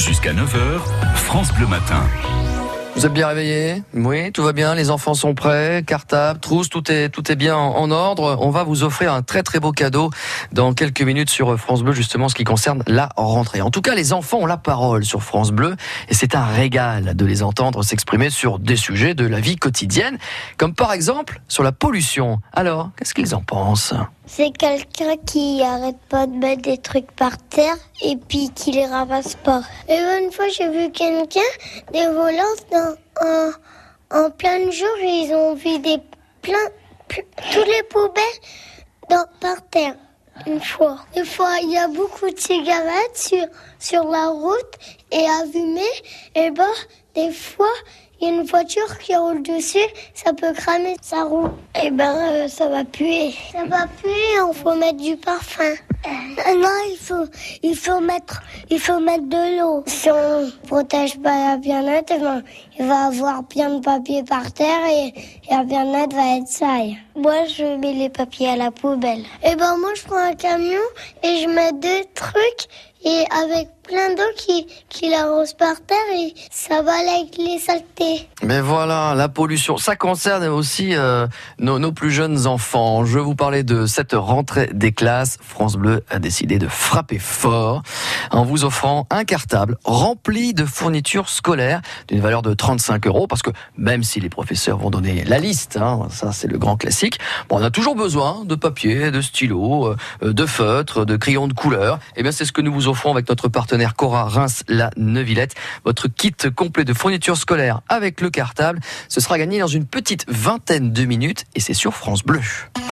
Jusqu'à 9h, France Bleu Matin. Vous êtes bien réveillés? Oui, tout va bien, les enfants sont prêts, cartable, trousse, tout est bien en ordre. On va vous offrir un très très beau cadeau dans quelques minutes sur France Bleu, justement ce qui concerne la rentrée. En tout cas, les enfants ont la parole sur France Bleu et c'est un régal de les entendre s'exprimer sur des sujets de la vie quotidienne, comme par exemple sur la pollution. Alors, qu'est-ce qu'ils en pensent? C'est quelqu'un qui arrête pas de mettre des trucs par terre et puis qui les ramasse pas. Et une fois, j'ai vu quelqu'un, des voleurs, en plein jour, ils ont vu tous les poubelles par terre. Une fois, il y a beaucoup de cigarettes sur la route et allumées. Et des fois, il y a une voiture qui roule dessus, ça peut cramer sa roue. Et ça va puer. Ça va puer, il faut mettre du parfum. Non, il faut mettre de l'eau. Si on protège pas la bien-être, il va avoir plein de papier par terre et la bien-être va être sale. Moi, je mets les papiers à la poubelle. Moi, je prends un camion et je mets 2 trucs et avec plein d'eau qui l'arrose par terre et ça va avec les saletés. Mais voilà, la pollution, ça concerne aussi nos plus jeunes enfants. Je vous parlais de cette rentrée des classes. France Bleu a décidé de frapper fort en vous offrant un cartable rempli de fournitures scolaires d'une valeur de 35 €, parce que même si les professeurs vont donner la liste, ça c'est le grand classique, on a toujours besoin de papier, de stylos, de feutres, de crayons de couleur. Et bien c'est ce que nous vous offrons avec notre partenaire Cora Reims-La Neuvillette. Votre kit complet de fournitures scolaires avec le cartable, ce sera gagné dans une petite vingtaine de minutes et c'est sur France Bleu.